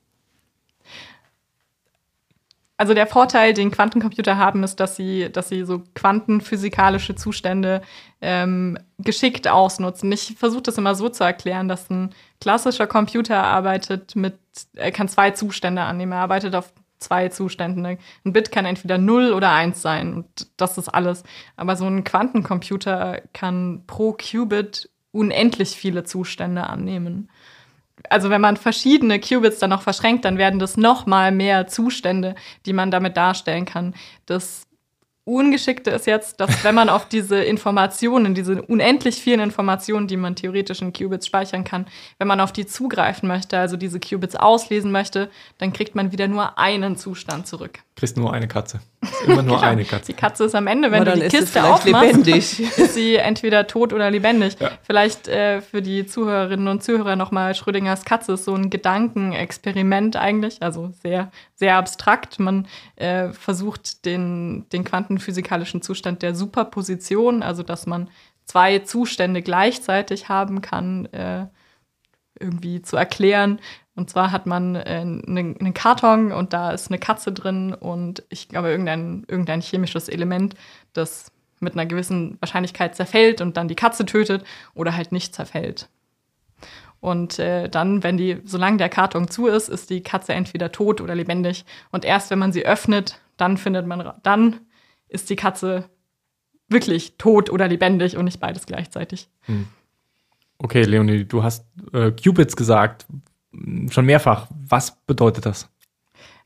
Also der Vorteil, den Quantencomputer haben, ist, dass sie, dass sie so quantenphysikalische Zustände ähm, geschickt ausnutzen. Ich versuche das immer so zu erklären, dass ein klassischer Computer arbeitet mit, er kann zwei Zustände annehmen, er arbeitet auf zwei Zuständen. Ein Bit kann entweder null oder eins sein und das ist alles. Aber so ein Quantencomputer kann pro Qubit unendlich viele Zustände annehmen. Also wenn man verschiedene Qubits dann noch verschränkt, dann werden das noch mal mehr Zustände, die man damit darstellen kann. Das Ungeschickte ist jetzt, dass wenn man auf diese Informationen, diese unendlich vielen Informationen, die man theoretisch in Qubits speichern kann, wenn man auf die zugreifen möchte, also diese Qubits auslesen möchte, dann kriegt man wieder nur einen Zustand zurück. Kriegst nur eine Katze. Ist immer nur eine Katze. Die Katze ist am Ende, wenn Aber du dann die ist sie Kiste vielleicht aufmachst, lebendig. ist sie entweder tot oder lebendig. Ja. Vielleicht äh, für die Zuhörerinnen und Zuhörer nochmal, Schrödingers Katze ist so ein Gedankenexperiment eigentlich, also sehr, sehr abstrakt. Man äh, versucht den, den quantenphysikalischen Zustand der Superposition, also dass man zwei Zustände gleichzeitig haben kann, äh, irgendwie zu erklären. Und zwar hat man äh, einen, einen Karton und da ist eine Katze drin und ich glaube irgendein, irgendein chemisches Element, das mit einer gewissen Wahrscheinlichkeit zerfällt und dann die Katze tötet oder halt nicht zerfällt. Und äh, dann, wenn die, solange der Karton zu ist, ist die Katze entweder tot oder lebendig. Und erst wenn man sie öffnet, dann findet man, ra- dann ist die Katze wirklich tot oder lebendig und nicht beides gleichzeitig. Hm. Okay, Leonie, du hast äh, Qubits gesagt, schon mehrfach. Was bedeutet das?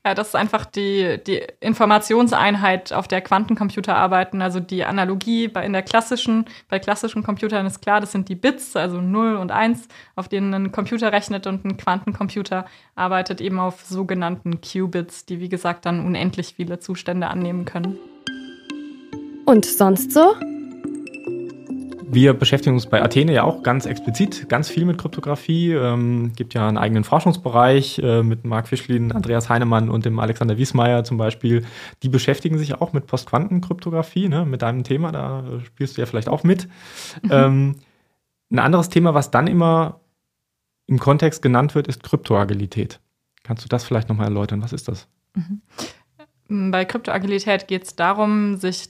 Ja, das ist einfach die, die Informationseinheit, auf der Quantencomputer arbeiten. Also die Analogie bei, in der klassischen, bei klassischen Computern ist klar, das sind die Bits, also null und eins, auf denen ein Computer rechnet, und ein Quantencomputer arbeitet eben auf sogenannten Qubits, die wie gesagt dann unendlich viele Zustände annehmen können. Und sonst so? Wir beschäftigen uns bei Athene ja auch ganz explizit ganz viel mit Kryptographie. Ähm, gibt ja einen eigenen Forschungsbereich äh, mit Marc Fischlin, Andreas Heinemann und dem Alexander Wiesmeier zum Beispiel. Die beschäftigen sich auch mit Postquantenkryptographie, ne, mit deinem Thema. Da spielst du ja vielleicht auch mit. Mhm. Ähm, ein anderes Thema, was dann immer im Kontext genannt wird, ist Kryptoagilität. Kannst du das vielleicht nochmal erläutern? Was ist das? Mhm. Bei Kryptoagilität geht es darum, sich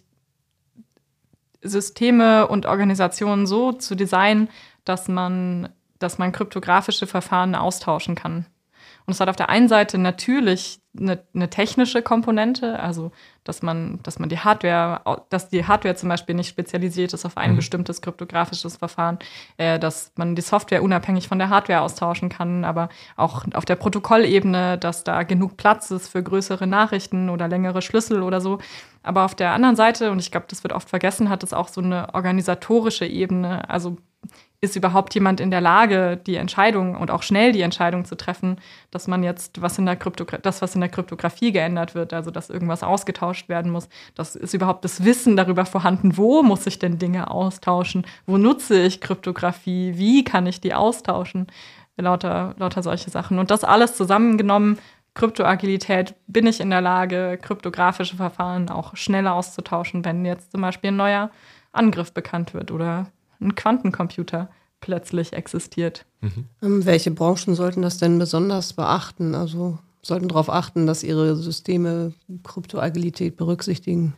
Systeme und Organisationen so zu designen, dass man, dass man kryptografische Verfahren austauschen kann. Und es hat auf der einen Seite natürlich eine, eine technische Komponente, also dass man, dass man die Hardware, dass die Hardware zum Beispiel nicht spezialisiert ist auf ein mhm. bestimmtes kryptografisches Verfahren, äh, dass man die Software unabhängig von der Hardware austauschen kann, aber auch auf der Protokollebene, dass da genug Platz ist für größere Nachrichten oder längere Schlüssel oder so. Aber auf der anderen Seite, und ich glaube, das wird oft vergessen, hat es auch so eine organisatorische Ebene. Also ist überhaupt jemand in der Lage, die Entscheidung und auch schnell die Entscheidung zu treffen, dass man jetzt was in der Kryptogra- das, was in der Kryptographie geändert wird, also dass irgendwas ausgetauscht werden muss, das ist überhaupt das Wissen darüber vorhanden, wo muss ich denn Dinge austauschen, wo nutze ich Kryptographie, wie kann ich die austauschen, lauter, lauter solche Sachen. Und das alles zusammengenommen, Kryptoagilität, bin ich in der Lage, kryptografische Verfahren auch schneller auszutauschen, wenn jetzt zum Beispiel ein neuer Angriff bekannt wird oder ein Quantencomputer plötzlich existiert. Mhm. Ähm, welche Branchen sollten das denn besonders beachten? Also sollten darauf achten, dass ihre Systeme Kryptoagilität berücksichtigen?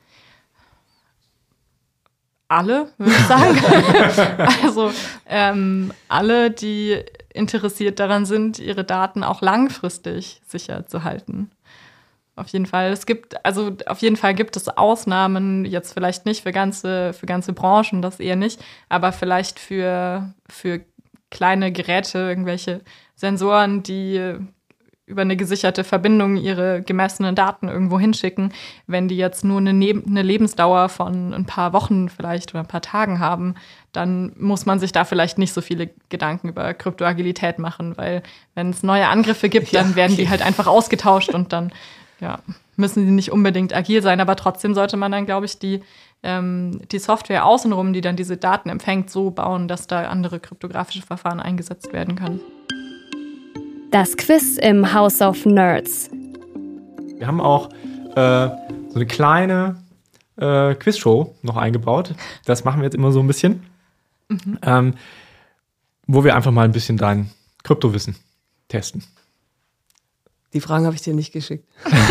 Alle, würde ich sagen. Also ähm, alle, die interessiert daran sind, ihre Daten auch langfristig sicher zu halten. Auf jeden Fall. Es gibt, also auf jeden Fall gibt es Ausnahmen, jetzt vielleicht nicht für ganze, für ganze Branchen, das eher nicht, aber vielleicht für, für kleine Geräte, irgendwelche Sensoren, die über eine gesicherte Verbindung ihre gemessenen Daten irgendwo hinschicken. Wenn die jetzt nur eine, Neb- eine Lebensdauer von ein paar Wochen vielleicht oder ein paar Tagen haben, dann muss man sich da vielleicht nicht so viele Gedanken über Kryptoagilität machen, weil wenn es neue Angriffe gibt, dann ja, werden okay. die halt einfach ausgetauscht und dann ja, müssen die nicht unbedingt agil sein, aber trotzdem sollte man dann, glaube ich, die, ähm, die Software außenrum, die dann diese Daten empfängt, so bauen, dass da andere kryptografische Verfahren eingesetzt werden können. Das Quiz im House of Nerds. Wir haben auch äh, so eine kleine äh, Quizshow noch eingebaut. Das machen wir jetzt immer so ein bisschen. Mhm. Ähm, wo wir einfach mal ein bisschen dein Kryptowissen testen. Die Fragen habe ich dir nicht geschickt.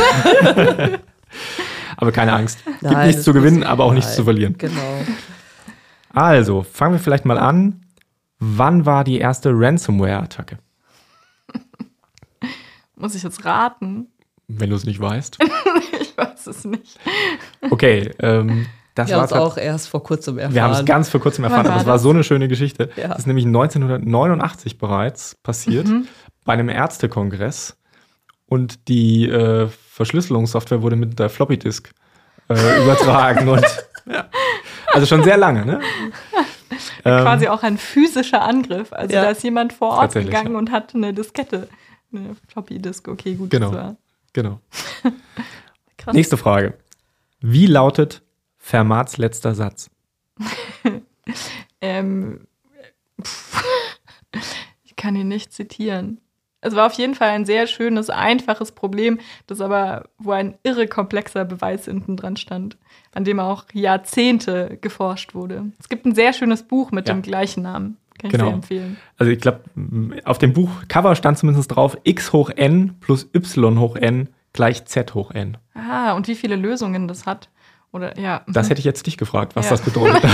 Aber keine Angst. Es gibt Nein, nichts zu gewinnen, aber auch nein, nichts zu verlieren. Genau. Also, fangen wir vielleicht mal an. Wann war die erste Ransomware-Attacke? Muss ich jetzt raten? Wenn du es nicht weißt. Ich weiß es nicht. Okay, ähm, das wir war haben es auch erst vor kurzem erfahren. Wir haben es ganz vor kurzem erfahren, aber es war so eine schöne Geschichte. Ja. Das ist nämlich neunzehnhundertneunundachtzig bereits passiert, mhm. bei einem Ärztekongress. Und die äh, Verschlüsselungssoftware wurde mit der Floppy Disk äh, übertragen. Und, ja. Also schon sehr lange, ne? Quasi ähm, auch ein physischer Angriff. Also ja. da ist jemand vor Ort gegangen ja. und hat eine Diskette, eine Floppy Disk. Okay, gut. Genau, das war. genau. Krass. Nächste Frage. Wie lautet Fermats letzter Satz? ähm, ich kann ihn nicht zitieren. Es war auf jeden Fall ein sehr schönes, einfaches Problem, das aber, wo ein irre komplexer Beweis hinten dran stand, an dem auch Jahrzehnte geforscht wurde. Es gibt ein sehr schönes Buch mit ja. dem gleichen Namen. Kann ich genau. sehr empfehlen. Also ich glaube, auf dem Buchcover stand zumindest drauf, x hoch n plus y hoch n gleich z hoch n. Ah, und wie viele Lösungen das hat? Oder ja. Das hätte ich jetzt dich gefragt, was ja. das bedeutet.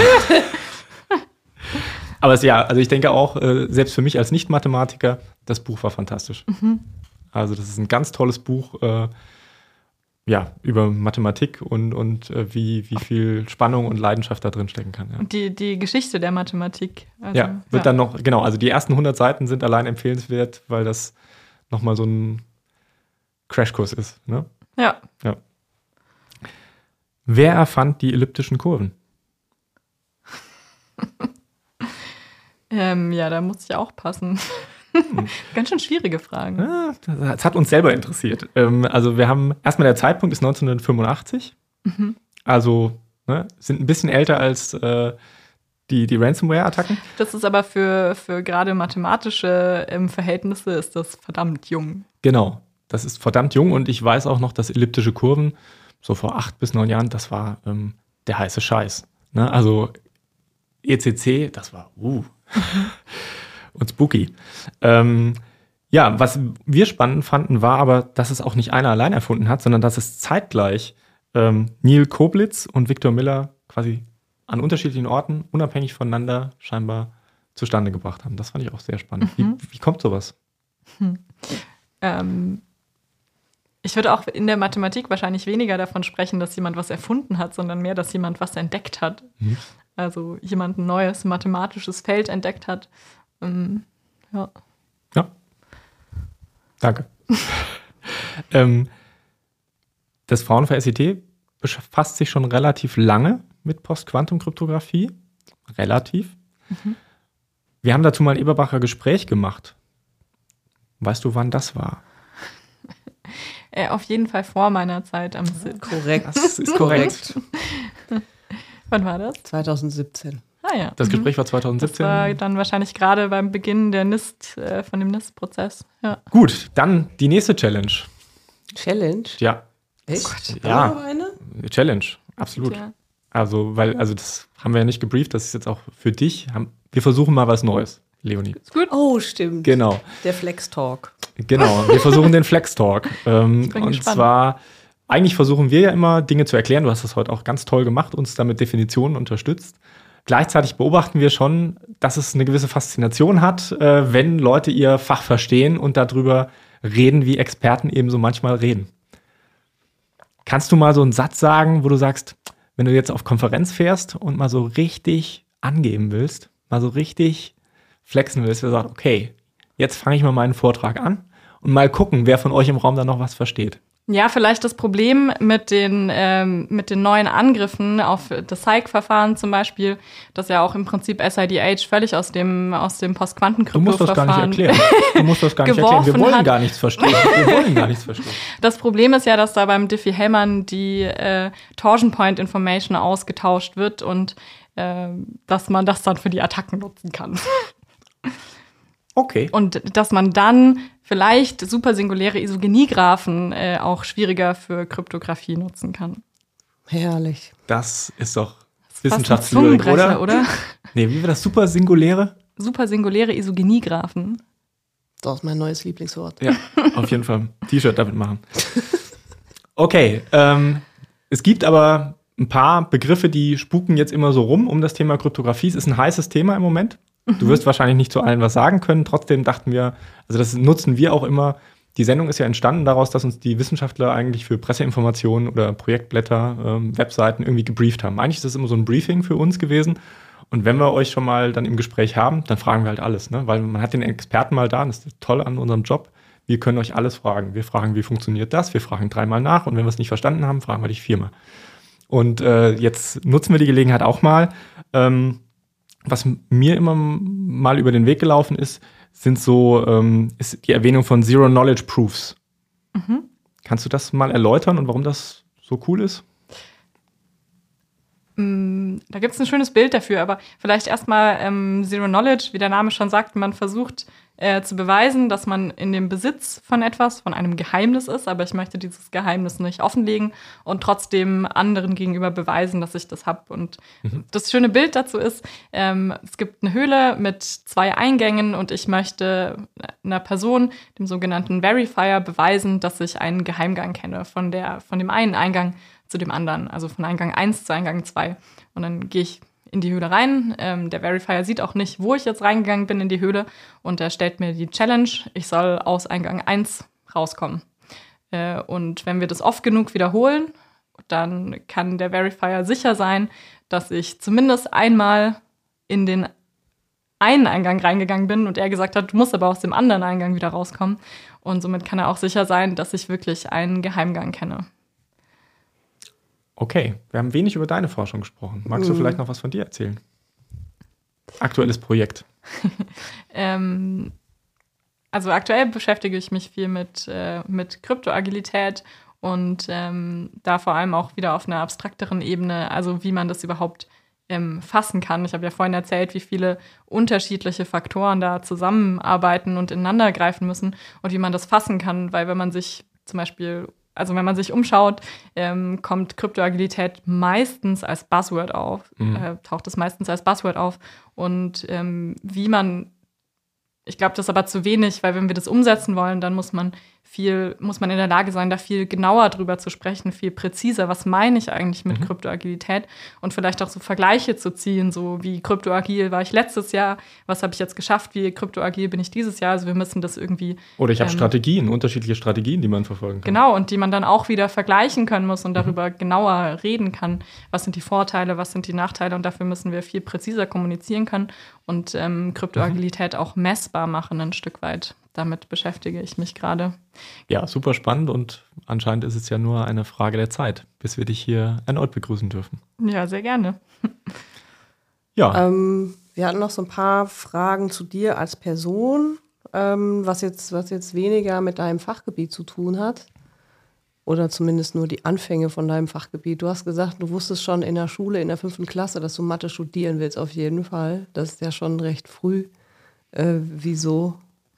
Aber es, ja, also ich denke auch, äh, selbst für mich als Nicht-Mathematiker, das Buch war fantastisch. Mhm. Also das ist ein ganz tolles Buch, äh, ja, über Mathematik und, und äh, wie, wie viel Spannung und Leidenschaft da drin stecken kann. Ja. Und die, die Geschichte der Mathematik. Also, ja, wird ja. dann noch, genau, also die ersten hundert Seiten sind allein empfehlenswert, weil das nochmal so ein Crashkurs ist. Ne? Ja. ja. Wer erfand die elliptischen Kurven? ähm, ja, da muss ich auch passen. Ganz schön schwierige Fragen. Ja, das hat uns selber interessiert. Ähm, also wir haben, erstmal der Zeitpunkt ist neunzehnhundertfünfundachtzig. Mhm. Also ne, sind ein bisschen älter als äh, die, die Ransomware-Attacken. Das ist aber für, für gerade mathematische ähm, Verhältnisse ist das verdammt jung. Genau, das ist verdammt jung und ich weiß auch noch, dass elliptische Kurven so vor acht bis neun Jahren, das war ähm, der heiße Scheiß. Ne? Also E C C, das war uh. und spooky. Ähm, ja, was wir spannend fanden, war aber, dass es auch nicht einer allein erfunden hat, sondern dass es zeitgleich ähm, Neil Koblitz und Victor Miller quasi an unterschiedlichen Orten, unabhängig voneinander, scheinbar zustande gebracht haben. Das fand ich auch sehr spannend. Mhm. Wie, wie kommt sowas? Hm. Ähm, ich würde auch in der Mathematik wahrscheinlich weniger davon sprechen, dass jemand was erfunden hat, sondern mehr, dass jemand was entdeckt hat. Mhm. Also jemand ein neues mathematisches Feld entdeckt hat. Ähm, ja. Ja. Danke. ähm, das Fraunhofer S I T befasst sich schon relativ lange mit Post-Quantum-Kryptographie. Relativ. Mhm. Wir haben dazu mal ein Eberbacher Gespräch gemacht. Weißt du, wann das war? Äh, auf jeden Fall vor meiner Zeit am S I T. Korrekt. Das ist korrekt. Wann war das? zwanzig siebzehn. Ah ja. Das Gespräch war zwanzig siebzehn. Das war dann wahrscheinlich gerade beim Beginn der N I S T, äh, von dem N I S T-Prozess. Ja. Gut, dann die nächste Challenge. Challenge? Ja. Echt? Oh Gott. Ja. Noch eine? Challenge, absolut. Ja. Also, weil, also das haben wir ja nicht gebrieft, das ist jetzt auch für dich. Wir versuchen mal was Neues, Leonie. Ist gut. Oh, stimmt. Genau. Der Flex Talk. Genau, wir versuchen den Flex Talk. Ähm, ich bin und gespannt. zwar, eigentlich versuchen wir ja immer, Dinge zu erklären. Du hast das heute auch ganz toll gemacht, uns da mit Definitionen unterstützt. Gleichzeitig beobachten wir schon, dass es eine gewisse Faszination hat, äh, wenn Leute ihr Fach verstehen und darüber reden, wie Experten eben so manchmal reden. Kannst du mal so einen Satz sagen, wo du sagst, wenn du jetzt auf Konferenz fährst und mal so richtig angeben willst, mal so richtig flexen willst, wir sagen, okay, jetzt fange ich mal meinen Vortrag an und mal gucken, wer von euch im Raum da noch was versteht. Ja, vielleicht das Problem mit den, ähm, mit den neuen Angriffen auf das S I G-Verfahren zum Beispiel, das ja auch im Prinzip S I D H völlig aus dem, aus dem Post-Quanten-Krypto-Verfahren Du musst das gar nicht erklären. Du musst das gar nicht erklären. Wir wollen hat. gar nichts verstehen. Wir wollen gar nichts verstehen. Das Problem ist ja, dass da beim Diffie-Hellman die äh, Torsion-Point-Information ausgetauscht wird und äh, dass man das dann für die Attacken nutzen kann. Okay. Und dass man dann vielleicht supersinguläre Isogeniegraphen äh, auch schwieriger für Kryptographie nutzen kann. Herrlich. Das ist doch Fast ein Wissenschaftslyrik, Zungenbrecher, oder? oder? Nee, wie war das? Super Singuläre? Supersinguläre Isogeniegraphen. Das ist mein neues Lieblingswort. Ja, auf jeden Fall ein T-Shirt damit machen. Okay, ähm, es gibt aber ein paar Begriffe, die spuken jetzt immer so rum um das Thema Kryptographie. Es ist ein heißes Thema im Moment. Du wirst wahrscheinlich nicht zu allen was sagen können. Trotzdem dachten wir, also das nutzen wir auch immer. Die Sendung ist ja entstanden daraus, dass uns die Wissenschaftler eigentlich für Presseinformationen oder Projektblätter, ähm, Webseiten irgendwie gebrieft haben. Eigentlich ist das immer so ein Briefing für uns gewesen. Und wenn wir euch schon mal dann im Gespräch haben, dann fragen wir halt alles, ne? Weil man hat den Experten mal da, und das ist toll an unserem Job. Wir können euch alles fragen. Wir fragen, wie funktioniert das? Wir fragen dreimal nach und wenn wir es nicht verstanden haben, fragen wir dich viermal. Und äh, jetzt nutzen wir die Gelegenheit auch mal. Ähm, was mir immer mal über den Weg gelaufen ist, sind so ähm, ist die Erwähnung von Zero-Knowledge-Proofs. Mhm. Kannst du das mal erläutern und warum das so cool ist? Da gibt es ein schönes Bild dafür, aber vielleicht erstmal ähm, Zero Knowledge, wie der Name schon sagt, man versucht äh, zu beweisen, dass man in dem Besitz von etwas, von einem Geheimnis ist, aber ich möchte dieses Geheimnis nicht offenlegen und trotzdem anderen gegenüber beweisen, dass ich das habe. Und mhm. das schöne Bild dazu ist, ähm, es gibt eine Höhle mit zwei Eingängen und ich möchte einer Person, dem sogenannten Verifier, beweisen, dass ich einen Geheimgang kenne von, der, von dem einen Eingang zu dem anderen, also von Eingang eins zu Eingang zwei. Und dann gehe ich in die Höhle rein. Ähm, der Verifier sieht auch nicht, wo ich jetzt reingegangen bin in die Höhle. Und er stellt mir die Challenge, ich soll aus Eingang eins rauskommen. Äh, und wenn wir das oft genug wiederholen, dann kann der Verifier sicher sein, dass ich zumindest einmal in den einen Eingang reingegangen bin und er gesagt hat, du musst aber aus dem anderen Eingang wieder rauskommen. Und somit kann er auch sicher sein, dass ich wirklich einen Geheimgang kenne. Okay, wir haben wenig über deine Forschung gesprochen. Magst Mhm. du vielleicht noch was von dir erzählen? Aktuelles Projekt. ähm, also aktuell beschäftige ich mich viel mit, äh, mit Kryptoagilität und ähm, da vor allem auch wieder auf einer abstrakteren Ebene, also wie man das überhaupt ähm, fassen kann. Ich habe ja vorhin erzählt, wie viele unterschiedliche Faktoren da zusammenarbeiten und ineinander greifen müssen und wie man das fassen kann, weil wenn man sich zum Beispiel, also wenn man sich umschaut, ähm, kommt Kryptoagilität meistens als Buzzword auf, Mhm. äh, taucht es meistens als Buzzword auf und ähm, wie man Ich glaube, das ist aber zu wenig, weil wenn wir das umsetzen wollen, dann muss man viel, muss man in der Lage sein, da viel genauer drüber zu sprechen, viel präziser. Was meine ich eigentlich mit Mhm. Kryptoagilität? Und vielleicht auch so Vergleiche zu ziehen, so wie kryptoagil war ich letztes Jahr, was habe ich jetzt geschafft, wie kryptoagil bin ich dieses Jahr? Also wir müssen das irgendwie Oder ich habe Ähm, Strategien, unterschiedliche Strategien, die man verfolgen kann. Genau, und die man dann auch wieder vergleichen können muss und darüber genauer reden kann. Was sind die Vorteile, was sind die Nachteile? Und dafür müssen wir viel präziser kommunizieren können und ähm, Kryptoagilität auch messbar machen ein Stück weit. Damit beschäftige ich mich gerade. Ja, super spannend und anscheinend ist es ja nur eine Frage der Zeit, bis wir dich hier erneut begrüßen dürfen. Ja, sehr gerne. Ja, Ähm, wir hatten noch so ein paar Fragen zu dir als Person, ähm, was jetzt, was jetzt weniger mit deinem Fachgebiet zu tun hat. Oder zumindest nur die Anfänge von deinem Fachgebiet. Du hast gesagt, du wusstest schon in der Schule, in der fünften Klasse, dass du Mathe studieren willst, auf jeden Fall. Das ist ja schon recht früh. Äh, wieso?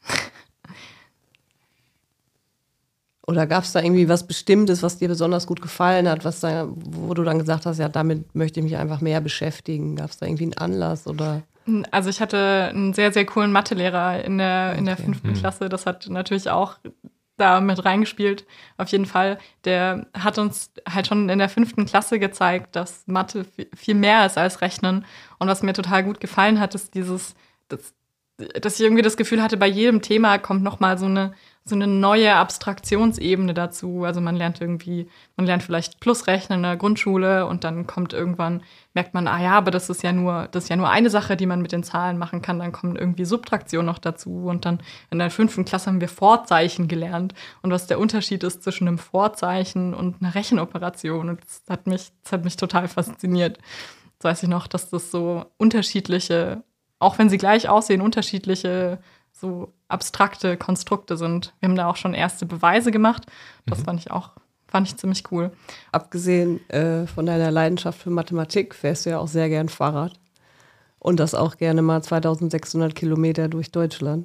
Oder gab es da irgendwie was Bestimmtes, was dir besonders gut gefallen hat, was da, wo du dann gesagt hast, ja, damit möchte ich mich einfach mehr beschäftigen? Gab es da irgendwie einen Anlass oder? Also ich hatte einen sehr, sehr coolen Mathelehrer in der, in der Okay. fünften Mhm. Klasse. Das hat natürlich auch da mit reingespielt. Auf jeden Fall. Der hat uns halt schon in der fünften Klasse gezeigt, dass Mathe vi- viel mehr ist als Rechnen. Und was mir total gut gefallen hat, ist dieses, das, dass ich irgendwie das Gefühl hatte, bei jedem Thema kommt noch mal so eine so eine neue Abstraktionsebene dazu. Also man lernt irgendwie, man lernt vielleicht Plusrechnen in der Grundschule und dann kommt irgendwann, merkt man, ah ja, aber das ist ja nur, das ist ja nur eine Sache, die man mit den Zahlen machen kann. Dann kommt irgendwie Subtraktion noch dazu und dann in der fünften Klasse haben wir Vorzeichen gelernt und was der Unterschied ist zwischen einem Vorzeichen und einer Rechenoperation. Und das hat mich, das hat mich total fasziniert. Das weiß ich noch, dass das so unterschiedliche, auch wenn sie gleich aussehen, unterschiedliche so abstrakte Konstrukte sind. Wir haben da auch schon erste Beweise gemacht. Das Mhm. fand ich auch, fand ich ziemlich cool. Abgesehen äh, von deiner Leidenschaft für Mathematik fährst du ja auch sehr gern Fahrrad. Und das auch gerne mal zweitausendsechshundert Kilometer durch Deutschland.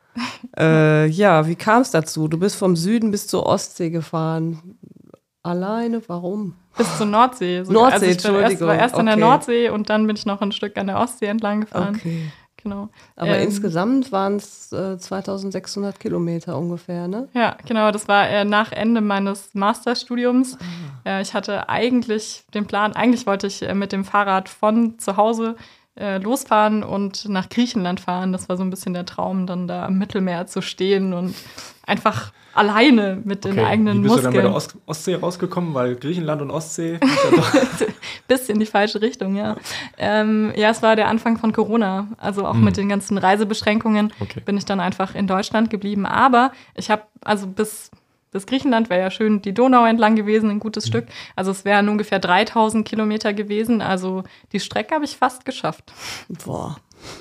äh, ja, wie kam es dazu? Du bist vom Süden bis zur Ostsee gefahren. Alleine? Warum? Bis zur Nordsee. So, Nordsee, also ich bin erst, Entschuldigung, war erst an der okay. Nordsee und dann bin ich noch ein Stück an der Ostsee entlang gefahren. Okay. Genau. Aber Ähm, insgesamt waren es äh, zweitausendsechshundert Kilometer ungefähr, ne? Ja, genau. Das war äh, nach Ende meines Masterstudiums. Äh, ich hatte eigentlich den Plan, eigentlich wollte ich äh, mit dem Fahrrad von zu Hause äh, losfahren und nach Griechenland fahren. Das war so ein bisschen der Traum, dann da am Mittelmeer zu stehen und einfach alleine mit den okay. eigenen Wie bist Muskeln. du dann bei der Ost- Ostsee rausgekommen? Weil Griechenland und Ostsee ist ja doch Bisschen in die falsche Richtung, ja. Ähm, ja, es war der Anfang von Corona. Also auch Mhm. mit den ganzen Reisebeschränkungen Okay. bin ich dann einfach in Deutschland geblieben. Aber ich habe, also bis, bis Griechenland wäre ja schön die Donau entlang gewesen, ein gutes Stück. Also es wären ungefähr dreitausend Kilometer gewesen. Also die Strecke habe ich fast geschafft. Boah.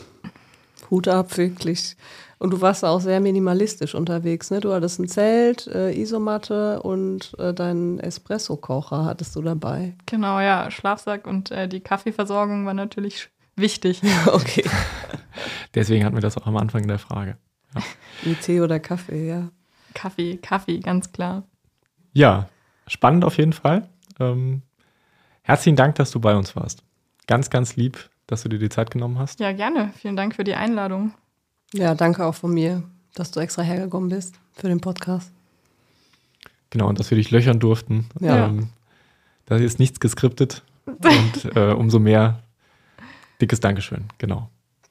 Hut ab, wirklich. Und du warst auch sehr minimalistisch unterwegs, ne? Du hattest ein Zelt, äh, Isomatte und äh, deinen Espresso-Kocher hattest du dabei. Genau, ja, Schlafsack und äh, die Kaffeeversorgung war natürlich wichtig. Okay. Deswegen hatten wir das auch am Anfang der Frage. Mit Tee oder Kaffee, ja. Kaffee, Kaffee, ganz klar. Ja, spannend auf jeden Fall. Ähm, herzlichen Dank, dass du bei uns warst. Ganz, ganz lieb, dass du dir die Zeit genommen hast. Ja, gerne. Vielen Dank für die Einladung. Ja, danke auch von mir, dass du extra hergekommen bist für den Podcast. Genau, und dass wir dich löchern durften. Ja. Ähm, da ist nichts geskriptet. Und äh, umso mehr dickes Dankeschön. Genau.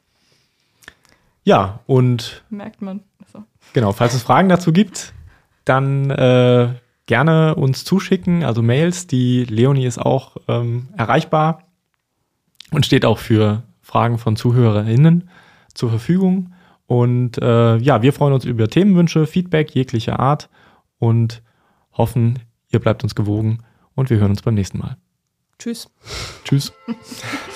Ja, und Merkt man. So. genau, falls es Fragen dazu gibt, dann äh, gerne uns zuschicken, also Mails. Die Leonie ist auch ähm, erreichbar und steht auch für Fragen von ZuhörerInnen zur Verfügung. Und äh, ja, wir freuen uns über Themenwünsche, Feedback jeglicher Art und hoffen, ihr bleibt uns gewogen und wir hören uns beim nächsten Mal. Tschüss. Tschüss.